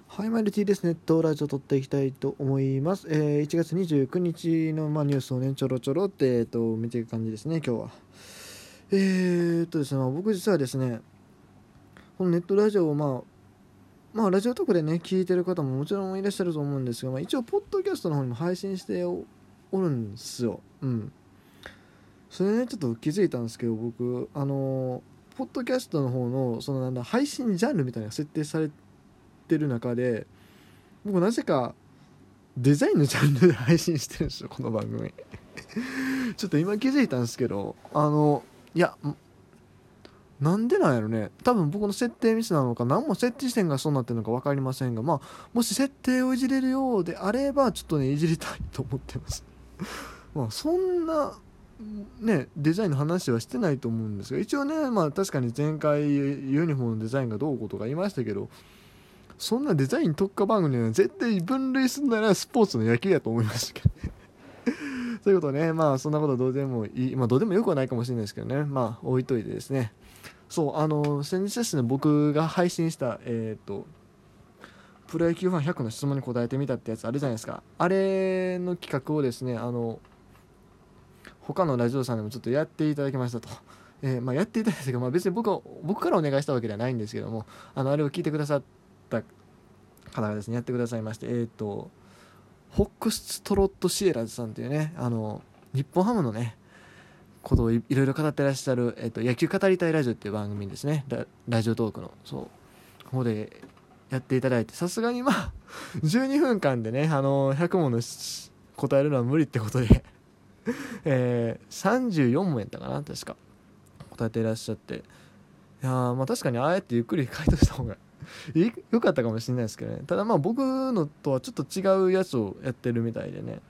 はい、マイルティですね。ラジオ撮っていきたいと思います。1月29日の、ニュースをね、ちょろちょろって、見ていく感じですね、今日は。ですね、僕実はですね、このネットラジオを、ラジオトークでね、聞いてる方ももちろんいらっしゃると思うんですが、一応、ポッドキャストの方にも配信しておるんですよ。それね、ちょっと気づいたんですけど、僕、ポッドキャストの方の、配信ジャンルみたいなのが設定されてる中で、僕なぜかデザインのジャンルで配信してるんですよ、この番組。ちょっと今気づいたんですけど、いやなんでなんやろね。多分僕の設定ミスなのか、何も設定してんがそうなってるのか分かりませんが、もし設定をいじれるようであればちょっとねいじりたいと思ってます。そんなねデザインの話はしてないと思うんですが、一応ね確かに前回ユニフォームのデザインがどうこうとか言いましたけど、そんなデザイン特化番組には絶対分類するならスポーツの野球やと思いましたけどね。ということでね、そんなことどうでもいい、どうでもよくはないかもしれないですけどね、置いといてですね。そう、先日ですね、僕が配信した、プロ野球ファン100の質問に答えてみたってやつあるじゃないですか。あれの企画をですね、他のラジオさんでもちょっとやっていただきましたと。やっていただいたというか、別に僕からお願いしたわけではないんですけども、あれを聞いてくださった方がですねやってくださいまして、ホックストロットシエラズさんというね、日本ハムのねことをいろいろ語ってらっしゃる、野球語りたいラジオっていう番組ですね。ラジオトークのここでやっていただいて、さすがに12分間でね100問の答えるのは無理ってことで34問やったかな、確か答えていらっしゃって、いや確かにああやってゆっくり回答した方がよかったかもしれないですけどね。ただ僕のとはちょっと違うやつをやってるみたいでね、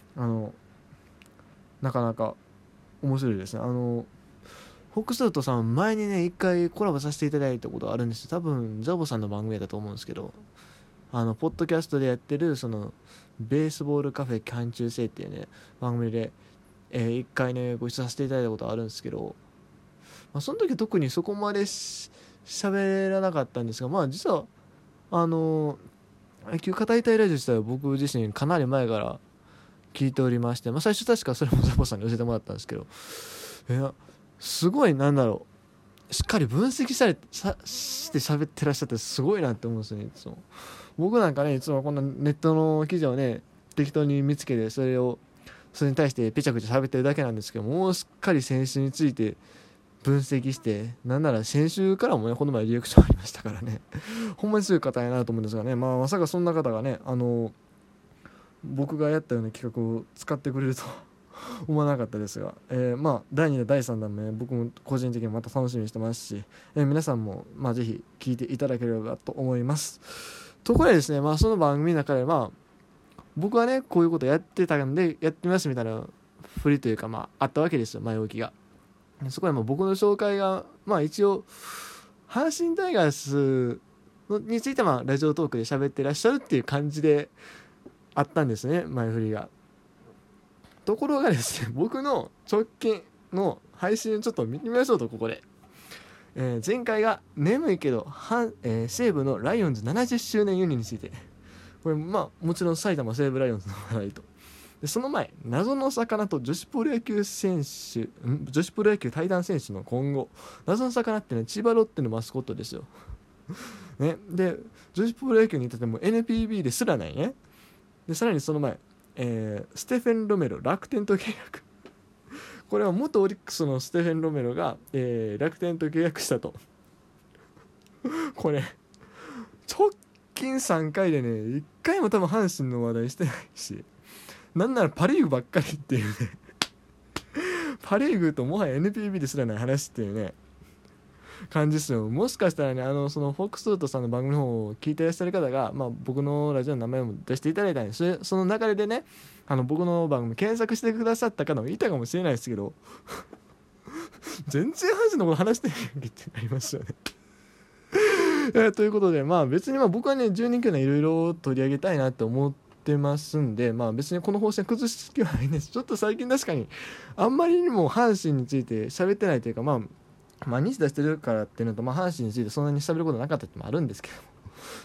なかなか面白いですね。ホックストロットさん前にね一回コラボさせていただいたことがあるんですよ。多分ザボさんの番組だと思うんですけど、ポッドキャストでやってるベースボールカフェキャン中世っていうね番組で、一回ねご一緒させていただいたことがあるんですけど、その時特にそこまで喋らなかったんですが、実は野球語りたいラジオ自体は僕自身かなり前から聞いておりまして、最初確かそれもザボさんに教えてもらったんですけど、すごいしっかり分析して喋ってらっしゃってすごいなって思うんですよね。いつも僕なんかねいつもこんなネットの記事をね適当に見つけてそれに対してペチャクチャ喋ってるだけなんですけど、もうすっかり選手について分析して、なんなら先週からもねこの前リアクションありましたからねほんまにすごい方やなと思うんですがね、まさかそんな方がね僕がやったような企画を使ってくれると思わなかったですが、第2弾第3弾目僕も個人的にまた楽しみにしてますし、皆さんもぜひ聞いていただければと思います。ところでですね、その番組の中で僕はねこういうことやってたんでやってみますみたいな振りというかあったわけですよ、前置きが。そこで僕の紹介が一応阪神タイガースについてラジオトークで喋ってらっしゃるっていう感じであったんですね、前振りが。ところがですね、僕の直近の配信をちょっと見てみましょうと、ここで、前回が眠いけど西武のライオンズ70周年ユニについて、これもちろん埼玉西武ライオンズの話題と、でその前謎の魚と女子プロ野球対談選手の今後。謎の魚ってね千葉ロッテのマスコットですよね。で女子プロ野球にいてても NPB ですらないね。でさらにその前、ステフェン・ロメロ楽天と契約これは元オリックスのステフェン・ロメロが、楽天と契約したとこれ直近3回でね1回も多分阪神の話題してないし、なんならパリーグばっかりっていうねパリーグともはや NPB ですらない話っていうね感じですよ。もしかしたらねそのフォックストロットさんの番組の方を聞いていらっしゃる方が、僕のラジオの名前も出していただいたんで、その流れでね僕の番組検索してくださった方もいたかもしれないですけど全然話のこと話してないってなりますよねということで別に僕はね10人球団いろいろ取り上げたいなって思ってますんで、別にこの方針崩す気はないんです。ちょっと最近確かにあんまりにも阪神について喋ってないというか、日出してるからっていうのと、阪神についてそんなに喋ることなかったってもあるんですけど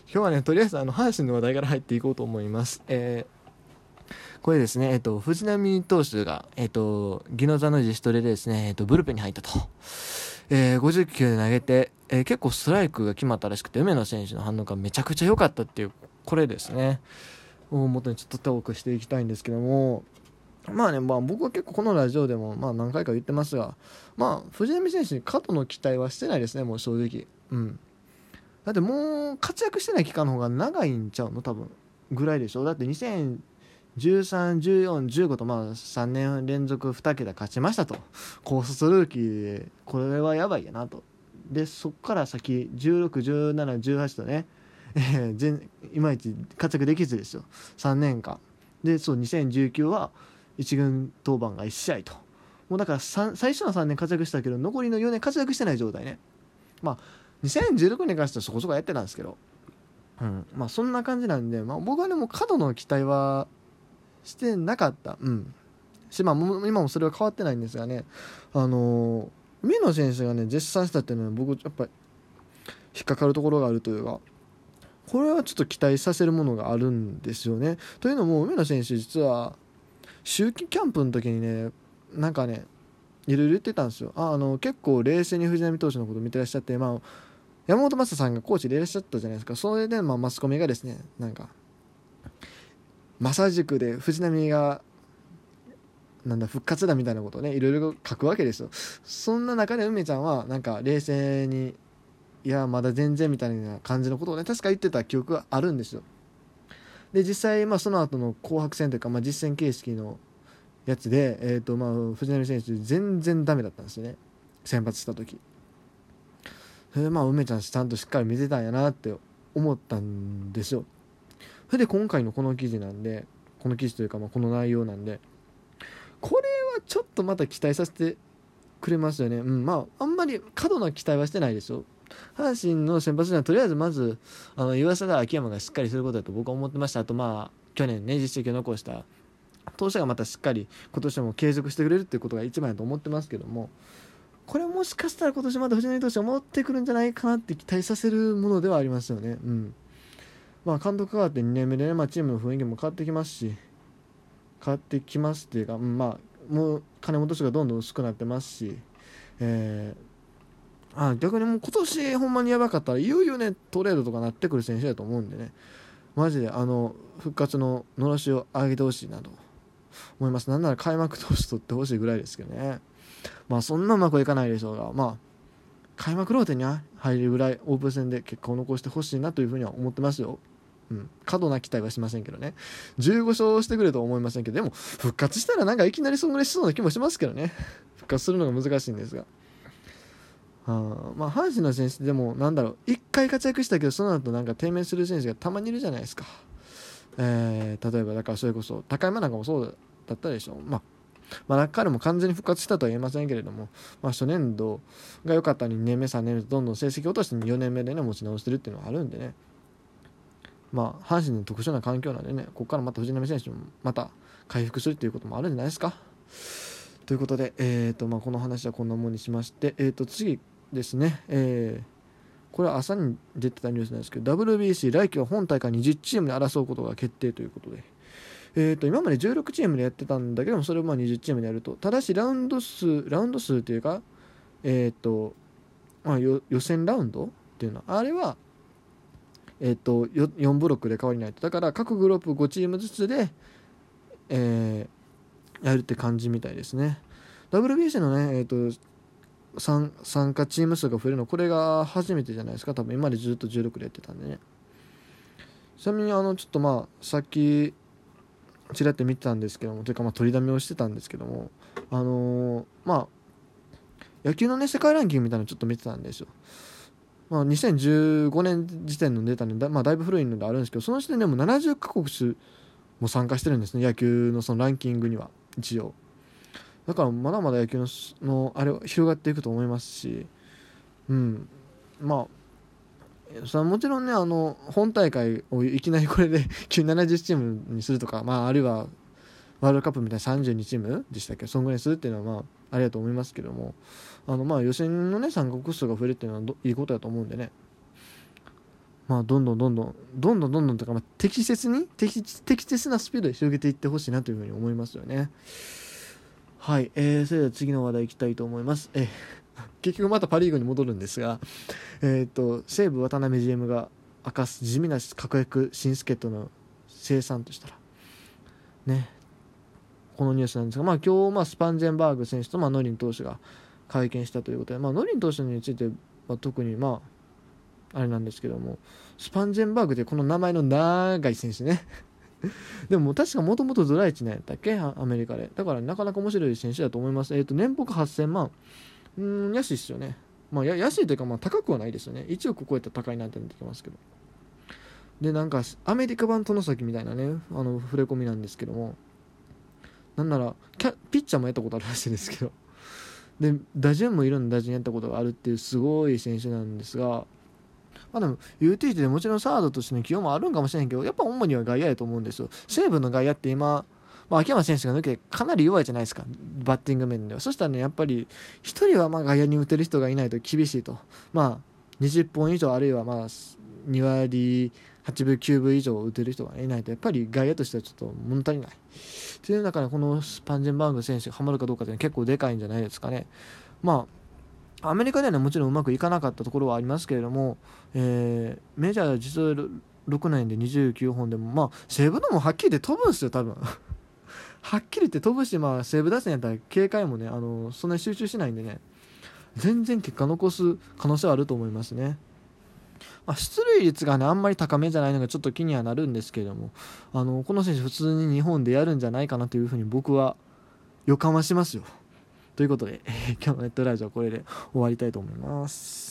日はねとりあえず阪神の話題から入っていこうと思います。これですね、藤浪投手が、宜野座の自主トレでですね、ブルペンに入ったと。50球で投げて、結構ストライクが決まったらしくて、梅野選手の反応がめちゃくちゃ良かったっていう、これですね、を元にちょっとトークしていきたいんですけども、まあね、僕は結構このラジオでも何回か言ってますが、藤浪選手に過度の期待はしてないですね、もう正直。だってもう活躍してない期間の方が長いんちゃうの多分ぐらいでしょ。だって2013、14、15と3年連続2桁勝ちましたと。高卒ルーキーでこれはやばいやなと。でそっから先16、17、18とね、いまいち活躍できずですよ、3年間で。そう2019は1軍登板が1試合と。もうだから最初の3年活躍したけど残りの4年活躍してない状態ね。2016年に関してはそこそこやってたんですけど、そんな感じなんで、僕はねもう過度の期待はしてなかった。今もそれは変わってないんですがね、上野選手がね絶賛したっていうのは僕やっぱり引っかかるところがあるというか、これはちょっと期待させるものがあるんですよね。というのも上野選手実は秋季キャンプの時にねなんかねいろいろ言ってたんですよ。結構冷静に藤浪投手のことを見てらっしゃって、山本昌さんがコーチでいらっしゃったじゃないですか。それでマスコミがですねなんか正塾で藤浪が復活だみたいなことをねいろいろ書くわけですよ。そんな中で梅ちゃんはなんか冷静にいやまだ全然みたいな感じのことをね確か言ってた記憶があるんですよ。で実際その後の紅白戦というか、実戦形式のやつで、藤浪選手全然ダメだったんですよね、先発した時。それで梅ちゃんちゃんとしっかり見てたんやなって思ったんですよ。それで今回のこの記事というかこの内容なんで、これはちょっとまた期待させてくれますよね。あんまり過度な期待はしてないですよ。阪神の先発にはとりあえずまず岩貞秋山がしっかりすることだと僕は思ってました。あと去年ね実績を残した投手がまたしっかり今年も継続してくれるっていうことが一番だと思ってますけども、これもしかしたら今年また藤浪投手が戻ってくるんじゃないかなって期待させるものではありますよね。監督変わって2年目でね、チームの雰囲気も変わってきますっていうか、もう金本氏がどんどん薄くなってますし、逆にもう今年ほんまにやばかったらいよいよねトレードとかなってくる選手だと思うんでね、マジで復活ののろしを上げてほしいなと思います。なんなら開幕投手取ってほしいぐらいですけどね。そんなうまくはいかないでしょうが、開幕ローテに入るぐらいオープン戦で結果を残してほしいなというふうには思ってますよ。過度な期待はしませんけどね。15勝してくれとは思いませんけど、でも復活したらなんかいきなりそんぐらいしそうな気もしますけどね。復活するのが難しいんですが、阪神の選手でも1回活躍したけどその後なんか低迷する選手がたまにいるじゃないですか。例えばだからそれこそ高山なんかもそうだったでしょ。彼も完全に復活したとは言えませんけれども、初年度が良かった2年目3年目とどんどん成績を落として4年目でね持ち直してるっていうのがあるんでね、阪神の特殊な環境なんでね、ここからまた藤浪選手もまた回復するっていうこともあるんじゃないですか。ということで、この話はこんなもんにしまして、次ですね、これは朝に出てたニュースなんですけど WBC 来季は本大会に10チームで争うことが決定ということで、今まで16チームでやってたんだけども、それを20チームでやると。ただしラウンド数というか、予選ラウンドっていうのはあれは4ブロックで変わりないと。だから各グループ5チームずつで、やるって感じみたいですね。 WBC のね、参加チーム数が増えるのこれが初めてじゃないですか。多分今までずっと16でやってたんでね。ちなみにちょっとさっきちらっと見てたんですけども、というか取りだめをしてたんですけども、野球のね世界ランキングみたいなのちょっと見てたんですよ。2015年時点のデータにだいぶ古いのであるんですけど、その時点でも70カ国も参加してるんですね、野球のそのランキングには一応。だからまだまだ野球のあれは広がっていくと思いますし、それはもちろんね本大会をいきなりこれで急に70チームにするとか、あるいはワールドカップみたいな32チームでしたっけ、そんぐらいにするっていうのはありだと思いますけども、予選のね参加国数が増えるっていうのはいいことだと思うんでね。 まあ、どんどんとか、まあ、適切なスピードで広げていってほしいなというふうに思いますよね。はい、それでは次の話題いきたいと思います。結局またパ・リーグに戻るんですが、西武渡辺 GM が明かす地味な確約新助っ人の生産としたらね、このニュースなんですが、まあ、今日、スパンジェンバーグ選手と、ノリン投手が会見したということで、ノリン投手については特にあれなんですけども、スパンジェンバーグでこの名前の長い選手ねでも確かもともとドライチなんやったっけ、アメリカで。だからなかなか面白い選手だと思います。年俸8000万、安いっすよね。安いというか、高くはないですよね。1億超えたら高いなってなってきますけど。で、なんかアメリカ版外崎みたいなね、触れ込みなんですけども、なんならピッチャーもやったことあるらしいですけど、で打順もいろんな打順やったことがあるっていうすごい選手なんですが、でも UT でもちろんサードとしての起用もあるんかもしれないけど、やっぱ主には外野やと思うんですよ。西武の外野って今、秋山選手が抜けてかなり弱いじゃないですか、バッティング面では。そしたらね、やっぱり1人は外野に打てる人がいないと厳しいと。20本以上、あるいは2割8分9分以上打てる人がいないと、やっぱり外野としてはちょっと物足りないという中で、このスパンジェンバーグ選手がハマるかどうかというのは結構でかいんじゃないですかね。アメリカでは、もちろんうまくいかなかったところはありますけれども、メジャー実6年で29本でも、西武のもはっきり言って飛ぶんですよ、多分はっきり言って飛ぶし、西武打線やったら警戒もね、そんなに集中しないんでね、全然結果残す可能性はあると思いますね。出塁率がね、あんまり高めじゃないのがちょっと気にはなるんですけれども、この選手普通に日本でやるんじゃないかなというふうに僕は予感はしますよ。ということで、今日のネットラジオはこれで終わりたいと思います。